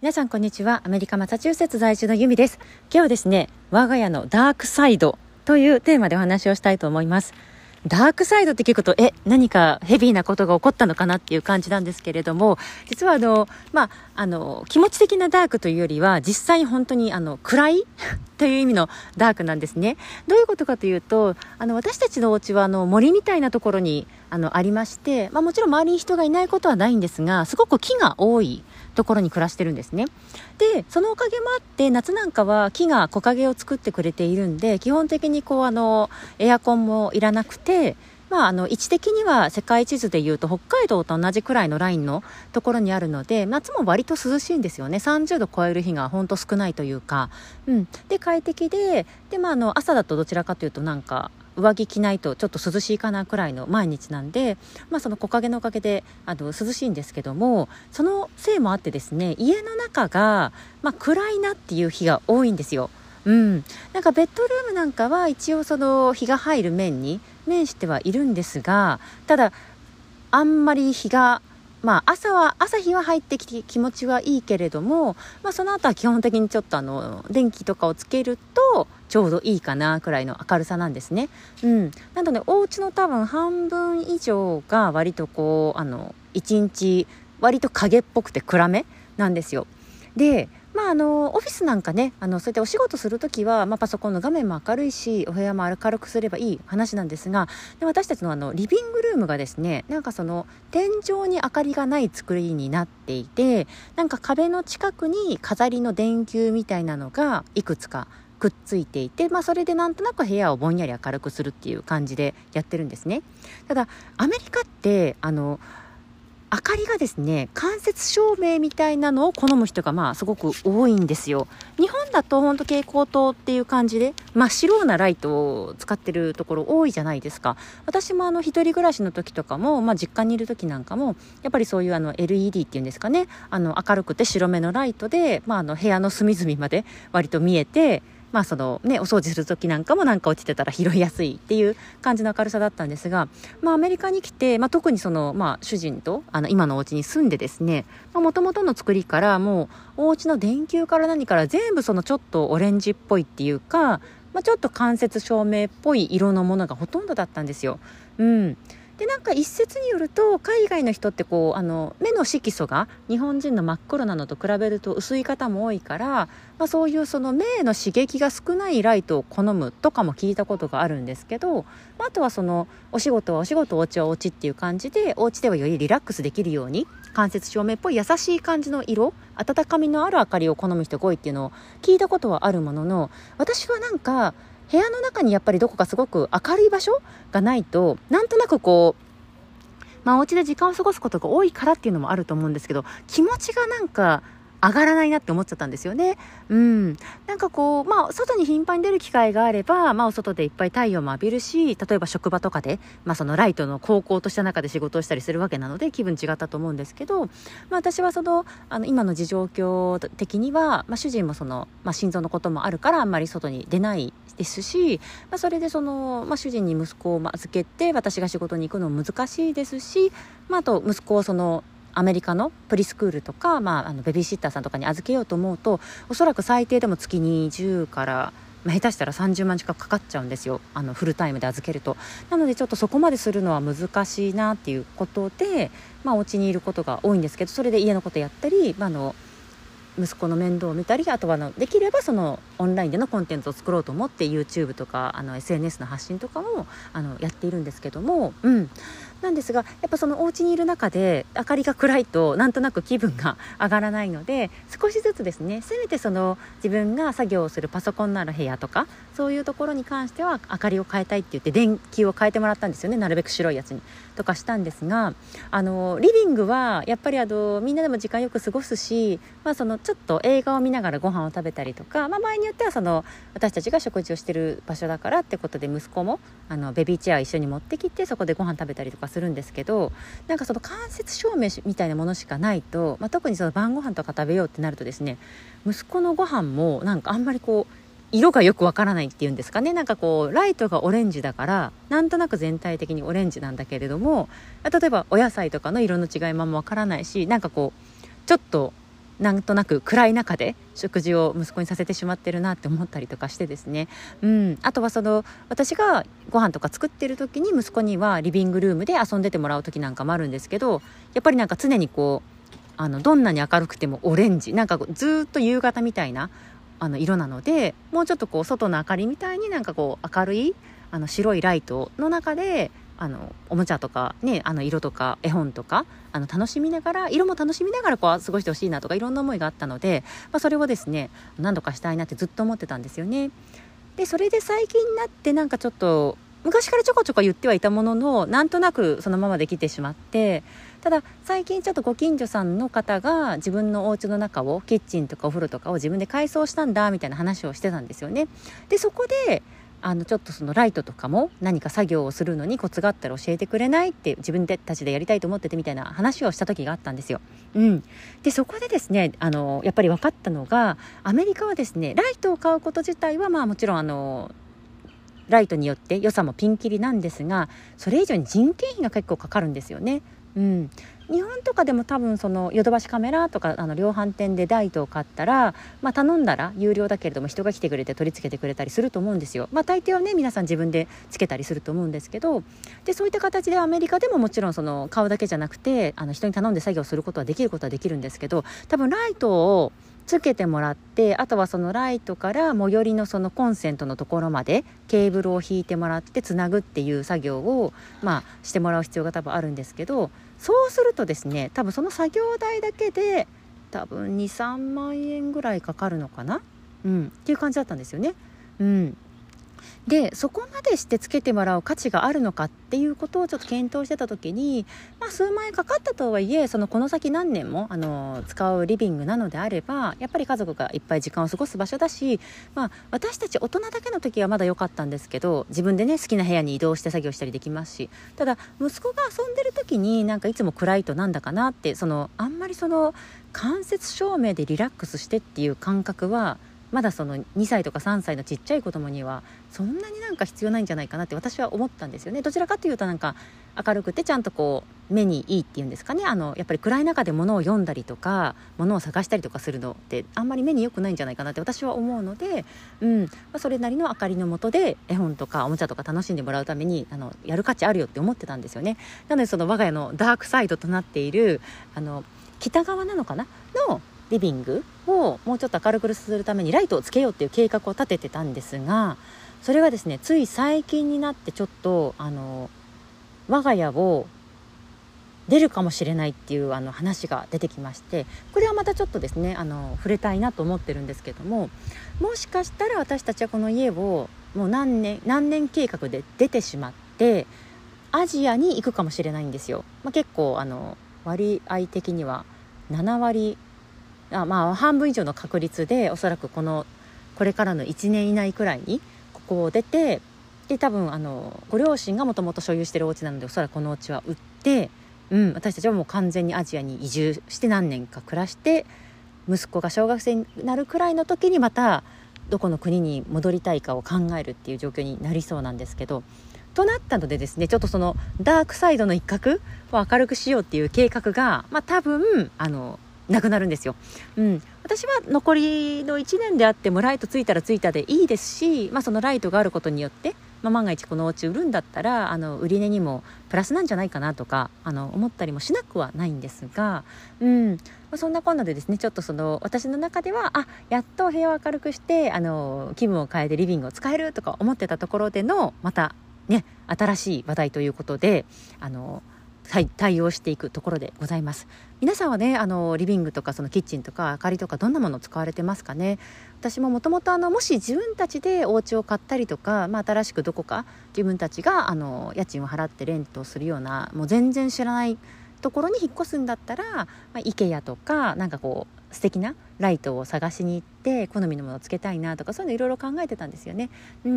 皆さんこんにちは。アメリカマサチューセッツ在住のユミです。今日はですね、我が家のダークサイドというテーマでお話をしたいと思います。ダークサイドって聞くと何かヘビーなことが起こったのかなっていう感じなんですけれども、実は気持ち的なダークというよりは実際に本当に暗いという意味のダークなんですね。どういうことかというと、私たちのお家は森みたいなところにありまして、もちろん周りに人がいないことはないんですが、すごく木が多いところに暮らしてるんですね。で、そのおかげもあって夏なんかは木が木陰を作ってくれているんで、基本的にエアコンもいらなくて、位置的には世界地図でいうと北海道と同じくらいのラインのところにあるので、夏も割と涼しいんですよね。30度超える日が本当少ないというか、で快適で、朝だとどちらかというと上着着ないとちょっと涼しいかなくらいの毎日なんで、その木陰のおかげで涼しいんですけども、そのせいもあってですね、家の中が、暗いなっていう日が多いんですよ。ベッドルームなんかは一応その日が入る面に面してはいるんですが、ただあんまり日が朝日は入ってきて気持ちはいいけれども、その後は基本的にちょっと電気とかをつけるとちょうどいいかなくらいの明るさなんですね。なのでお家の多分半分以上が割と一日割と影っぽくて暗めなんですよ。でオフィスなんかね、そうやってお仕事するときは、パソコンの画面も明るいし、お部屋も明るくすればいい話なんですが、で私たちのリビングルームがですね、天井に明かりがない作りになっていて、壁の近くに飾りの電球みたいなのがいくつかくっついていて、それでなんとなく部屋をぼんやり明るくするっていう感じでやってるんですね。ただアメリカって明かりがですね、間接照明みたいなのを好む人がすごく多いんですよ。日本だと本当蛍光灯っていう感じで真っ白なライトを使ってるところ多いじゃないですか。私も一人暮らしの時とかも、実家にいる時なんかもやっぱりそういうLED っていうんですかね、明るくて白目のライトで、部屋の隅々まで割と見えて、お掃除する時なんかも落ちてたら拾いやすいっていう感じの明るさだったんですが、アメリカに来て、特に主人と今のお家に住んでですね、元々の作りからもうお家の電球から何から全部ちょっとオレンジっぽいっていうか、ちょっと間接照明っぽい色のものがほとんどだったんですよ。で一説によると、海外の人って目の色素が日本人の真っ黒なのと比べると薄い方も多いから、そういう目への刺激が少ないライトを好むとかも聞いたことがあるんですけど、あとはお仕事はお仕事、お家はお家っていう感じで、お家ではよりリラックスできるように間接照明っぽい優しい感じの色、温かみのある明かりを好む人が多いっていうのを聞いたことはあるものの、私は部屋の中にやっぱりどこかすごく明るい場所がないと、なんとなくお家で時間を過ごすことが多いからっていうのもあると思うんですけど、気持ちが上がらないなって思っちゃったんですよね。外に頻繁に出る機会があれば、お外でいっぱい太陽も浴びるし、例えば職場とかで、そのライトの高校とした中で仕事をしたりするわけなので気分違ったと思うんですけど、私は今の自状況的には、主人も心臓のこともあるからあんまり外に出ないですし、それで主人に息子を預けて私が仕事に行くのも難しいですし、あと息子をアメリカのプリスクールとか、ベビーシッターさんとかに預けようと思うと、おそらく最低でも月20から下手したら30万近くかかっちゃうんですよ、フルタイムで預けると。なのでちょっとそこまでするのは難しいなっていうことで、お家にいることが多いんですけど、それで家のことやったり、息子の面倒を見たり、あとはできればオンラインでのコンテンツを作ろうと思って YouTube とかSNS の発信とかもやっているんですけども、なんですが、やっぱお家にいる中で明かりが暗いとなんとなく気分が上がらないので、少しずつですね、せめて自分が作業をするパソコンのある部屋とかそういうところに関しては明かりを変えたいって言って電球を変えてもらったんですよね。なるべく白いやつにとかしたんですが、リビングはやっぱりみんなでも時間よく過ごすし、ちょっと映画を見ながらご飯を食べたりとか、場合によっては私たちが食事をしている場所だからってことで息子もベビーチェア一緒に持ってきてそこでご飯食べたりとかするんですけど、間接照明みたいなものしかないと、特に晩ご飯とか食べようってなるとですね、息子のご飯もあんまり色がよくわからないっていうんですかね、ライトがオレンジだからなんとなく全体的にオレンジなんだけれども、例えばお野菜とかの色の違いもわからないし、ちょっとなんとなく暗い中で食事を息子にさせてしまってるなって思ったりとかしてですね、あとは私がご飯とか作ってる時に息子にはリビングルームで遊んでてもらう時なんかもあるんですけど、やっぱりなんか常にどんなに明るくてもオレンジ、なんかずっと夕方みたいな色なので、もうちょっと外の明かりみたいになんか明るい白いライトの中でおもちゃとかね、色とか絵本とか楽しみながら、色も楽しみながら過ごしてほしいなとかいろんな思いがあったので、それをですね何度かしたいなってずっと思ってたんですよね。でそれで最近になってなんかちょっと昔からちょこちょこ言ってはいたものの、なんとなくそのままできてしまって、ただ最近ちょっとご近所さんの方が自分のお家の中をキッチンとかお風呂とかを自分で改装したんだみたいな話をしてたんですよね。でそこでちょっとライトとかも何か作業をするのにコツがあったら教えてくれないって自分たちでやりたいと思っててみたいな話をした時があったんですよ。でそこでですねやっぱり分かったのが、アメリカはですねライトを買うこと自体はもちろんライトによって予算もピンキリなんですが、それ以上に人件費が結構かかるんですよね。日本とかでも多分ヨドバシカメラとか量販店でライトを買ったら、頼んだら有料だけれども人が来てくれて取り付けてくれたりすると思うんですよ。大抵はね皆さん自分でつけたりすると思うんですけど、でそういった形でアメリカでももちろん買うだけじゃなくて人に頼んで作業することはできるんですけど、多分ライトをつけてもらって、あとはライトから最寄りのコンセントのところまでケーブルを引いてもらってつなぐっていう作業をしてもらう必要が多分あるんですけど、そうするとですね多分その作業代だけで多分 2,3 万円ぐらいかかるのかな、っていう感じだったんですよね。でそこまでしてつけてもらう価値があるのかっていうことをちょっと検討してた時に、数万円かかったとはいえこの先何年も使うリビングなのであれば、やっぱり家族がいっぱい時間を過ごす場所だし、私たち大人だけの時はまだ良かったんですけど、自分でね好きな部屋に移動して作業したりできますし、ただ息子が遊んでる時になんかいつも暗いとなんだかなってあんまり間接照明でリラックスしてっていう感覚はまだ2歳とか3歳のちっちゃい子供にはそんなになんか必要ないんじゃないかなって私は思ったんですよね。どちらかというとなんか明るくてちゃんと目にいいっていうんですかね、やっぱり暗い中で物を読んだりとか物を探したりとかするのってあんまり目に良くないんじゃないかなって私は思うので、それなりの明かりの下で絵本とかおもちゃとか楽しんでもらうためにやる価値あるよって思ってたんですよね。なので我が家のダークサイドとなっている北側なのかなのリビングをもうちょっと明るくするためにライトをつけようっていう計画を立ててたんですが、それがですねつい最近になってちょっと我が家を出るかもしれないっていう話が出てきまして、これはまたちょっとですね触れたいなと思ってるんですけども、もしかしたら私たちはこの家をもう何年計画で出てしまってアジアに行くかもしれないんですよ。結構割合的には7割半分以上の確率でおそらくこれからの1年以内くらいにここを出て、で多分ご両親がもともと所有してるお家なのでおそらくこのお家は売って、私たちはもう完全にアジアに移住して何年か暮らして、息子が小学生になるくらいの時にまたどこの国に戻りたいかを考えるっていう状況になりそうなんですけど、となったのでですね、ちょっとダークサイドの一角を明るくしようっていう計画が、多分なくなるんですよ。私は残りの1年であってもライトついたらついたでいいですし、そのライトがあることによって、万が一このお家売るんだったら売り値にもプラスなんじゃないかなとか思ったりもしなくはないんですが、そんなこんなでですねちょっと私の中ではやっと部屋を明るくして気分を変えてリビングを使えるとか思ってたところでのまたね新しい話題ということで対応していくところでございます。皆さんはねリビングとかキッチンとか明かりとかどんなものを使われてますかね。私ももともし自分たちでお家を買ったりとか、新しくどこか自分たちが家賃を払ってレントをするようなもう全然知らないところに引っ越すんだったら、IKEA とかなんか素敵なライトを探しに行って好みのものをつけたいなとかそういうのいろいろ考えてたんですよね。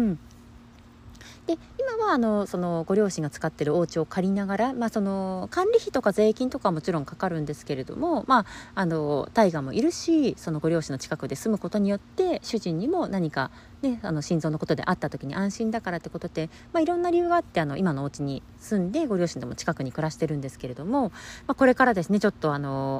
で今はそのご両親が使ってるお家を借りながら、その管理費とか税金とかはもちろんかかるんですけれども、大河もいるしそのご両親の近くで住むことによって主人にも何か、心臓のことであった時に安心だからってことで、いろんな理由があって今のお家に住んでご両親とも近くに暮らしてるんですけれども、これからですねちょっと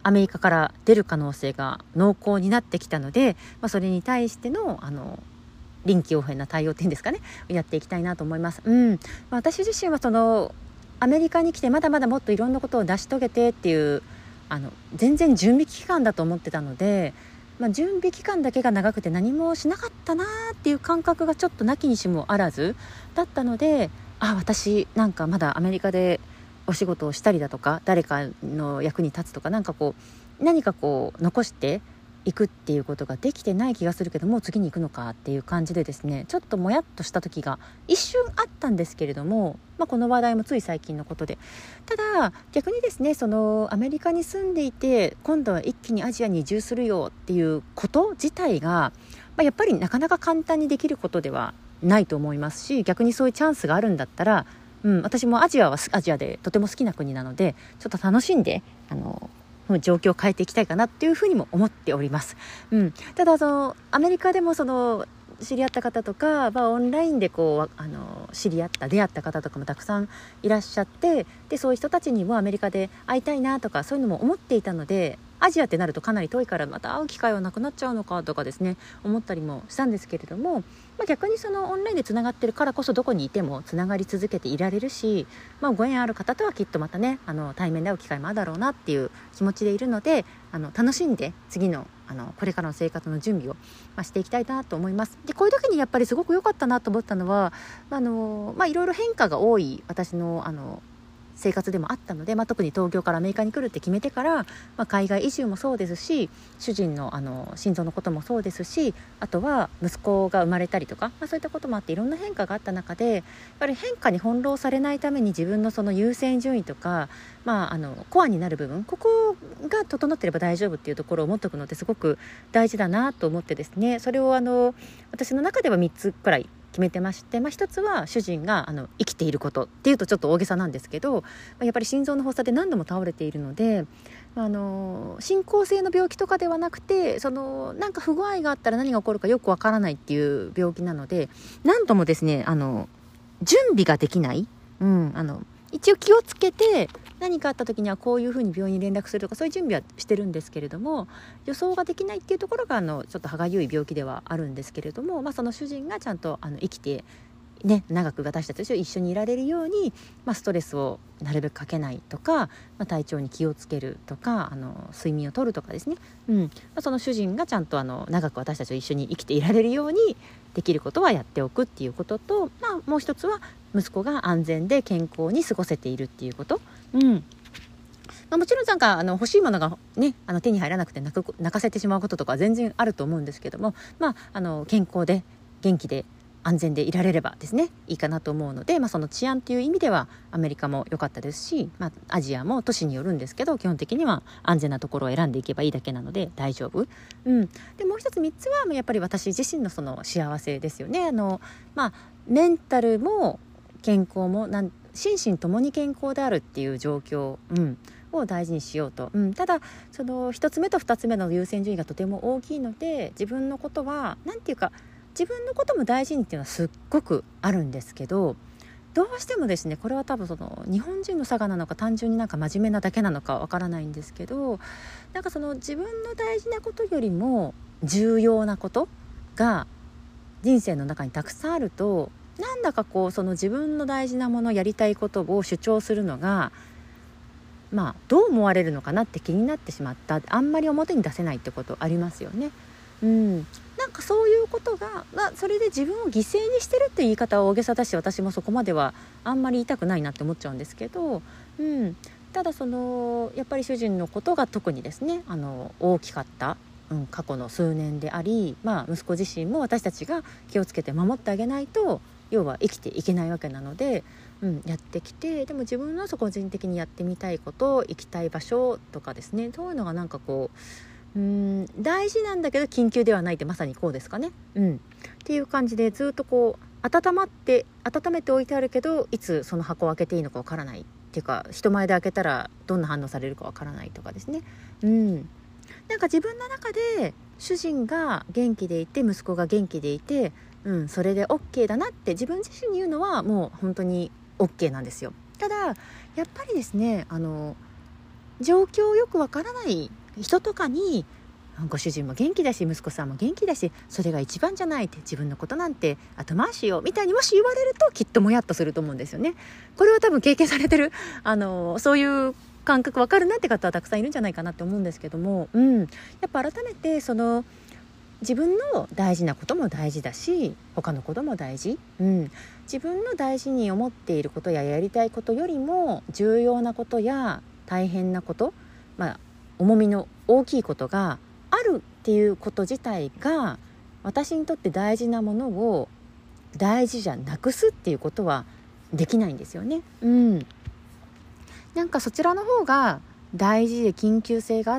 アメリカから出る可能性が濃厚になってきたので、それに対しての臨機応変な対応っていうんですかね、やっていきたいなと思います。私自身はそのアメリカに来てまだまだもっといろんなことを成し遂げてっていう全然準備期間だと思ってたので、準備期間だけが長くて何もしなかったなっていう感覚がちょっとなきにしもあらずだったので、私なんかまだアメリカでお仕事をしたりだとか、誰かの役に立つとか、何か残していくっていうことができてない気がするけども、次に行くのかっていう感じでですね、ちょっともやっとした時が一瞬あったんですけれども、この話題もつい最近のことで、ただ逆にですね、そのアメリカに住んでいて今度は一気にアジアに移住するよっていうこと自体が、やっぱりなかなか簡単にできることではないと思いますし、逆にそういうチャンスがあるんだったら、私もアジアはアジアでとても好きな国なので、ちょっと楽しんで状況を変えていきたいかなっていうふうにも思っております。ただアメリカでも知り合った方とか、オンラインで出会った方とかもたくさんいらっしゃって、でそういう人たちにもアメリカで会いたいなとか、そういうのも思っていたので、アジアってなるとかなり遠いからまた会う機会はなくなっちゃうのかとかですね、思ったりもしたんですけれども、逆にオンラインでつながってるからこそ、どこにいてもつながり続けていられるし、ご縁ある方とはきっとまたね対面で会う機会もあるだろうなっていう気持ちでいるので、楽しんで次のこれからの生活の準備を、していきたいなと思います。でこういう時にやっぱりすごく良かったなと思ったのは、いろいろ変化が多い私の生活でもあったので、特に東京からアメリカに来るって決めてから、海外移住もそうですし、主人の心臓のこともそうですし、あとは息子が生まれたりとか、そういったこともあっていろんな変化があった中で、やっぱり変化に翻弄されないために自分のその優先順位とか、コアになる部分、ここが整っていれば大丈夫っていうところを持っておくのってすごく大事だなと思ってですね、それを私の中では3つくらい決めてまして、一つは主人が生きていることっていうとちょっと大げさなんですけど、やっぱり心臓の発作で何度も倒れているので、進行性の病気とかではなくて、なんか不具合があったら何が起こるかよくわからないっていう病気なので、何度もですね準備ができない、一応気をつけて何かあった時にはこういうふうに病院に連絡するとか、そういう準備はしてるんですけれども、予想ができないっていうところがちょっと歯がゆい病気ではあるんですけれども、その主人がちゃんと生きて長く私たちと一緒にいられるように、ストレスをなるべくかけないとか、体調に気をつけるとか、睡眠をとるとかですね、その主人がちゃんと長く私たちと一緒に生きていられるようにできることはやっておくっていうことと、もう一つは息子が安全で健康に過ごせているっていうこと、もちろんなんか欲しいものが手に入らなくて泣かせてしまうこととか全然あると思うんですけども、健康で元気で安全でいられればですね、いいかなと思うので、その治安という意味ではアメリカも良かったですし、アジアも都市によるんですけど、基本的には安全なところを選んでいけばいいだけなので大丈夫。でもう一つ3つはやっぱり私自身のその幸せですよね。メンタルも健康も心身ともに健康であるっていう状況、を大事にしようと、ただその1つ目と2つ目の優先順位がとても大きいので、自分のことは自分のことも大事にっていうのはすっごくあるんですけど、どうしてもですね、これは多分日本人の差がなのか、単純に真面目なだけなのかわからないんですけど、自分の大事なことよりも重要なことが人生の中にたくさんあると、なんだかその自分の大事なもの、やりたいことを主張するのがどう思われるのかなって気になってしまった、あんまり表に出せないってことありますよね。なんかそういうことが、それで自分を犠牲にしてるって言い方は大げさだし、私もそこまではあんまり言いたくないなって思っちゃうんですけど、ただやっぱり主人のことが特にですね大きかった、過去の数年であり、息子自身も私たちが気をつけて守ってあげないと、要は生きていけないわけなので、やってきて、でも自分の個人的にやってみたいこと、行きたい場所とかですね、そういうのが大事なんだけど緊急ではないって、まさにこうですかね、っていう感じでずっと温めておいてあるけど、いつその箱を開けていいのかわからないっていうか、人前で開けたらどんな反応されるかわからないとかですね、なんか自分の中で主人が元気でいて息子が元気でいて、それで OK だなって自分自身に言うのはもう本当に OK なんですよ。ただやっぱりですね状況よくわからない人とかに、ご主人も元気だし息子さんも元気だしそれが一番じゃないって、自分のことなんて後回しよみたいにもし言われると、きっともやっとすると思うんですよね。これは多分経験されてるそういう感覚わかるなって方はたくさんいるんじゃないかなって思うんですけども、やっぱ改めて自分の大事なことも大事だし、他のことも大事、自分の大事に思っていることややりたいことよりも重要なことや大変なこと、重みの大きいことがあるっていうこと自体が、私にとって大事なものを大事じゃなくすっていうことはできないんですよね。なんかそちらの方が大事で緊急性があって、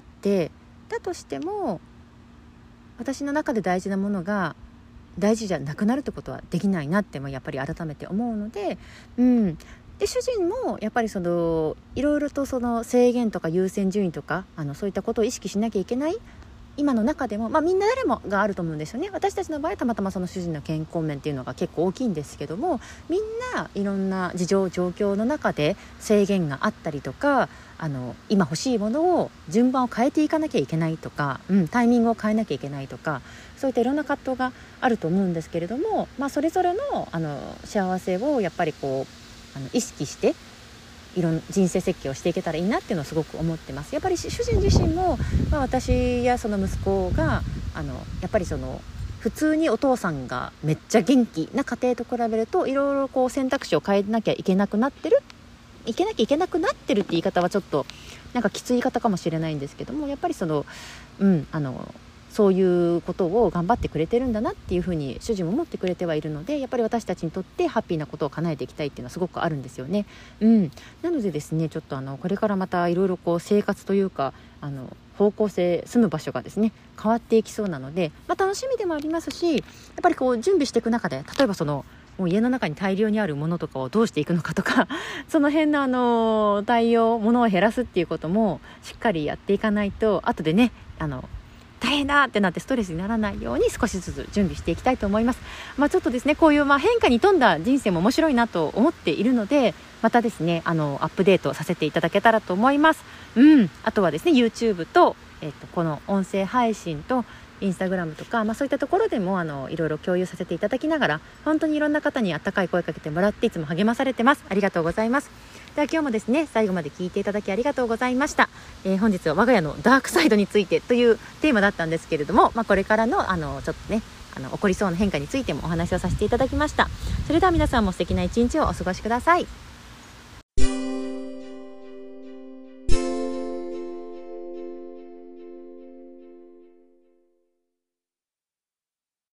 だとしても私の中で大事なものが大事じゃなくなるってことはできないなってやっぱり改めて思うので、で主人もやっぱりいろいろと制限とか優先順位とかそういったことを意識しなきゃいけない今の中でも、みんな誰もがあると思うんですよね。私たちの場合はたまたま主人の健康面っていうのが結構大きいんですけども、みんないろんな事情状況の中で制限があったりとか、今欲しいものを順番を変えていかなきゃいけないとか、タイミングを変えなきゃいけないとか、そういったいろんな葛藤があると思うんですけれども、それぞれの幸せをやっぱり意識して人生設計をしていけたらいいなっていうのをすごく思ってます。やっぱり主人自身も、私やその息子がやっぱり普通にお父さんがめっちゃ元気な家庭と比べると、いろいろ選択肢を変えなきゃいけなくなってるって言い方はちょっとなんかきつい言い方かもしれないんですけども、やっぱりそういうことを頑張ってくれてるんだなっていうふうに主人も思ってくれてはいるので、やっぱり私たちにとってハッピーなことを叶えていきたいっていうのはすごくあるんですよね。なのでですね、ちょっとこれからまたいろいろ生活というか方向性、住む場所がですね変わっていきそうなので、楽しみでもありますし、やっぱり準備していく中で、例えばもう家の中に大量にあるものとかをどうしていくのかとかその辺の物を減らすっていうこともしっかりやっていかないと、後でね大変だってなってストレスにならないように少しずつ準備していきたいと思います。ちょっとですね、こういう変化に富んだ人生も面白いなと思っているので、またですねアップデートさせていただけたらと思います。あとはですね YouTube と、この音声配信とインスタグラムとか、そういったところでもいろいろ共有させていただきながら、本当にいろんな方にあったかい声かけてもらっていつも励まされてます。ありがとうございます。では今日もですね最後まで聞いていただきありがとうございました。本日は我が家のダークサイドについてというテーマだったんですけれども、これからのちょっとね起こりそうな変化についてもお話をさせていただきました。それでは皆さんも素敵な一日をお過ごしください。